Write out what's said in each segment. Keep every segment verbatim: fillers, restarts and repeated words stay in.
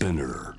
Spinner。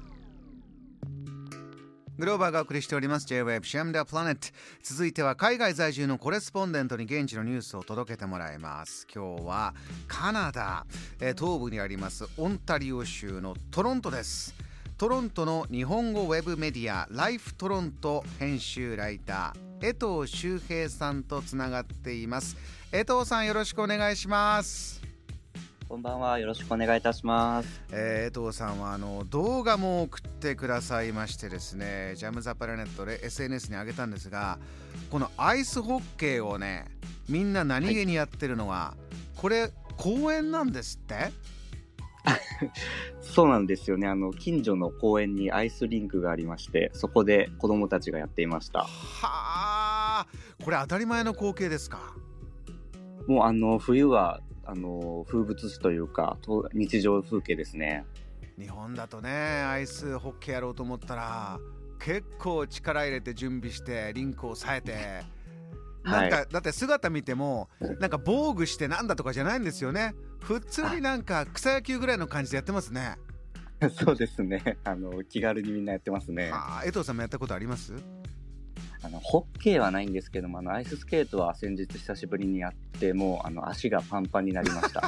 グローバーがお送りしております J-ウェブ シェムダープラネット。続いては海外在住のコレスポンデントに現地のニュースを届けてもらいます。今日はカナダ、えー、東部にありますオンタリオ州のトロントです。トロントの日本語ウェブメディアライフトロント編集ライター江藤修平さんとつながっています。江藤さん、よろしくお願いします。 こんばんは、よろしくお願いいたします。 えー、江藤さんはあの動画も送ってくださいましてですね、ジャムザプラネットで エスエヌエス に上げたんですが、このアイスホッケーをね、みんな何気にやってるのは、はい、これ公園なんですってそうなんですよね。あの近所の公園にアイスリンクがありまして、そこで子どもたちがやっていました。はあ、これ当たり前の光景ですか？ もうあの冬はあの風物詩というか日常風景ですね。 日本だとね、アイスホッケーやろうと思ったら結構力入れて準備してリンクを抑えて、なんか、はい、だって姿見てもなんか防具してなんだとかじゃないんですよね。普通になんか草野球ぐらいの感じでやってますね。 そうですね、あの気軽にみんなやってますね。 はあ、江藤さんもやったことあります？ あのホッケーはないんですけども、あのアイススケートは先日久しぶりにやって、もうあの足がパンパンになりました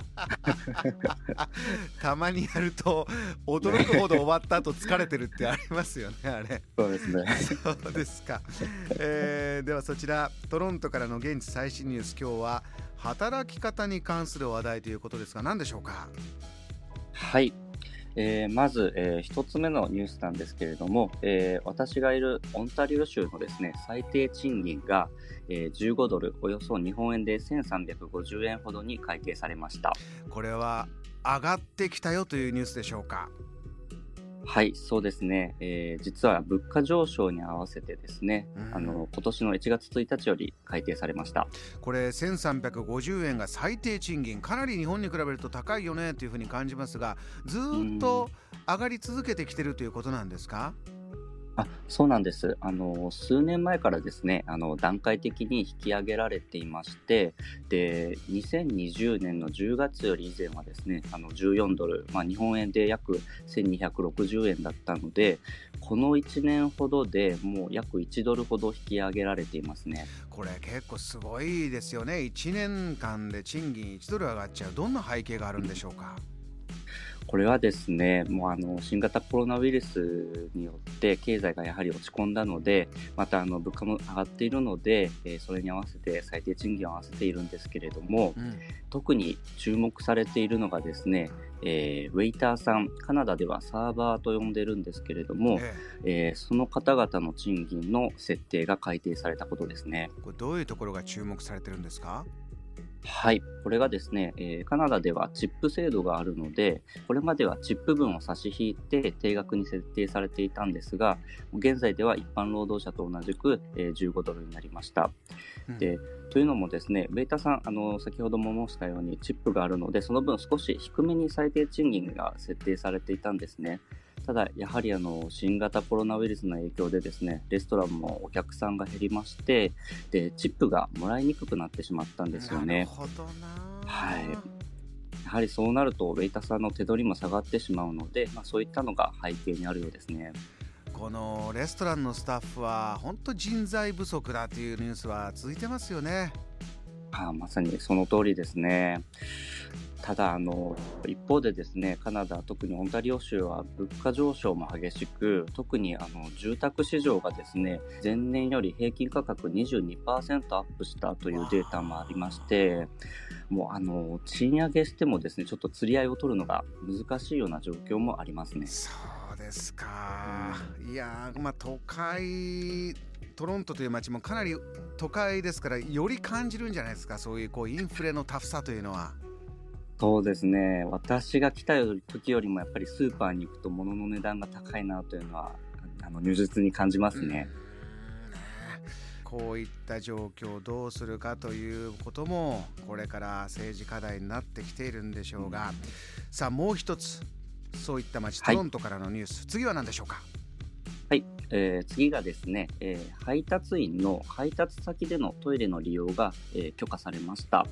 たまにやると驚くほど終わった後疲れてるってありますよね、あれ。 そうですねそうですか、えー、ではそちらトロントからの現地最新ニュース、今日は働き方に関する話題ということですが、何でしょうか？ はい、えー、まず、えー、一つ目のニュースなんですけれども、えー、私がいるオンタリオ州のですね、最低賃金が、えー、じゅうごドル、およそ日本円でせんさんびゃくごじゅうえんほどに改定されました。 これは上がってきたよというニュースでしょうか？ はい、そうですね、えー、実は物価上昇に合わせてですね、うん、あの今年のいちがつついたちより改定されました。 これせんさんびゃくごじゅうえんが最低賃金、かなり日本に比べると高いよねというふうに感じますが、ずっと上がり続けてきてるということなんですか？ あ、そうなんです。あの数年前からですね、あの段階的に引き上げられていまして、でにせんにじゅうねんのじゅうがつより以前はですね、あのじゅうよんドル、まあ、日本円で約せんにひゃくろくじゅうえんだったので、このいちねんほどでもう約いちドルほど引き上げられていますね。 これ結構すごいですよね。いちねんかんで賃金いちドル上がっちゃう。どんな背景があるんでしょうか？ これはですね、もうあの新型コロナウイルスによって経済がやはり落ち込んだので、またあの物価も上がっているので、えー、それに合わせて最低賃金を合わせているんですけれども、うん、特に注目されているのがですね、えー、ウェイターさん、カナダではサーバーと呼んでるんですけれども、ええー、その方々の賃金の設定が改定されたことですね。 これどういうところが注目されてるんですか？ はい、これがですね、えー、カナダではチップ制度があるので、これまではチップ分を差し引いて定額に設定されていたんですが、現在では一般労働者と同じく、えー、じゅうごドルになりました。うん、でというのもですね、ウェイターさん、あの先ほども申したようにチップがあるので、その分少し低めに最低賃金が設定されていたんですね。ただやはりあの新型コロナウイルスの影響でですね、レストランもお客さんが減りまして、でチップがもらいにくくなってしまったんですよね。 なるほどな。 はい、やはりそうなるとウェイターさんの手取りも下がってしまうので、まあ、そういったのが背景にあるようですね。 このレストランのスタッフは本当人材不足だというニュースは続いてますよね。 ああ、まさにその通りですね。ただあの一方でですね、カナダ、特にオンタリオ州は物価上昇も激しく、特にあの住宅市場がですね、前年より平均価格 にじゅうにパーセント アップしたというデータもありまして、もうあの賃上げしてもですね、ちょっと釣り合いを取るのが難しいような状況もありますね。 そうですか、うん、いやまあ都会トロントという街もかなり都会ですから、より感じるんじゃないですか、そういう、こうインフレのタフさというのは。 そうですね、私が来た時よりもやっぱりスーパーに行くと物の値段が高いなというのはあの如実に感じますね。 うん、こういった状況をどうするかということもこれから政治課題になってきているんでしょうが、うん、さあもう一つそういった街トロントからのニュース、はい、次は何でしょうか？ はい、えー、次がですね、えー、配達員の配達先でのトイレの利用が、えー、許可されました。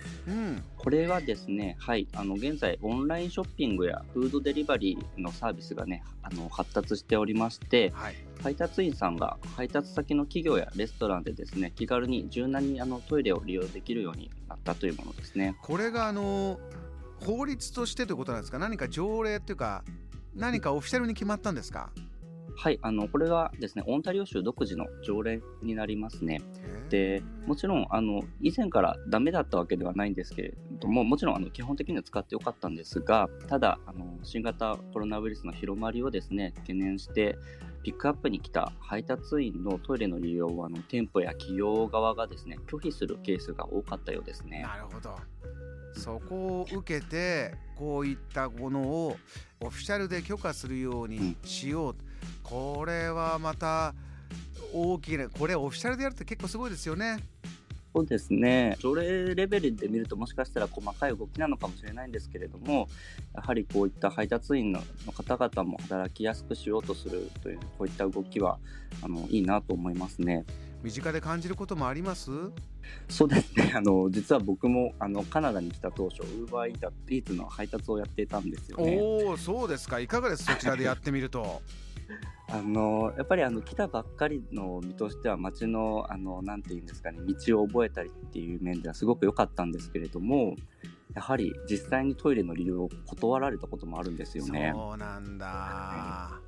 うん、 これはですね、はい、あの現在オンラインショッピングやフードデリバリーのサービスがね、あの発達しておりまして、 はい、 配達員さんが配達先の企業やレストランでですね、気軽に柔軟にあのトイレを利用できるようになったというものですね。 これがあの法律としてということなんですか？何か条例というか何かオフィシャルに決まったんですか？ はい、あのこれはですね、オンタリオ州独自の条例になりますね。で、もちろんあの以前からダメだったわけではないんですけれども、もちろんあの基本的には使ってよかったんですが、ただあの新型コロナウイルスの広まりをですね懸念してピックアップに来た配達員のトイレの利用をあの店舗や企業側がですね拒否するケースが多かったようですね。 なるほど。そこを受けてこういったものをオフィシャルで許可するようにしよう、うん、これはまた大きな、これオフィシャルでやるって結構すごいですよね。 そうですね、条例レベルで見るともしかしたら細かい動きなのかもしれないんですけれども、やはりこういった配達員の方々も働きやすくしようとするというこういった動きはあのいいなと思いますね。 身近で感じることもあります？ そうですね、あの実は僕もあのカナダに来た当初 Uber Eats の配達をやっていたんですよね。 おー、そうですか。いかがです？そちらでやってみるとあのやっぱりあの来たばっかりの身としては街のあのなんていうんですかね、道を覚えたりっていう面ではすごく良かったんですけれども、やはり実際にトイレの利用を断られたこともあるんですよね。 そうなんだ、 はい、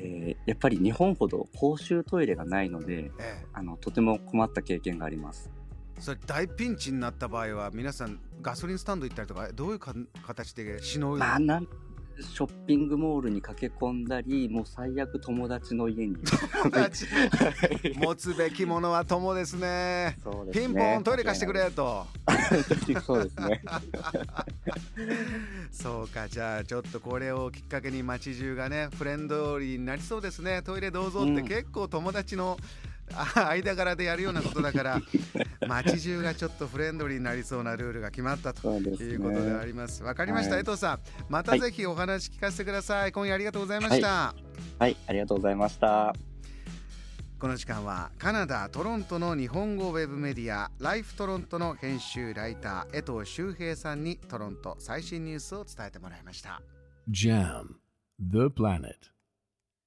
でやっぱり日本ほど公衆トイレがないので、ええ、あのとても困った経験があります。 それ大ピンチになった場合は皆さんガソリンスタンド行ったりとかどういうか形でしのいで、 まあ、なんショッピングモールに駆け込んだり、もう最悪友達の家に友達持つべきものは友ですね。 そうですね、 ピンポントイレ貸してくれとそうですねそうか、じゃあちょっとこれをきっかけに街中がねフレンドリーになりそうですね。トイレどうぞって結構友達の、うん、間柄でやるようなことだから街中がちょっとフレンドリーになりそうなルールが決まったということであります。わかりました、はい、江藤さん、またぜひお話聞かせてください、はい、今夜ありがとうございました。 はい、はい、ありがとうございました。 この時間はカナダ・トロントの日本語ウェブメディアライフトロントの編集ライター江藤修平さんにトロント最新ニュースを伝えてもらいました。 ジャム The Planet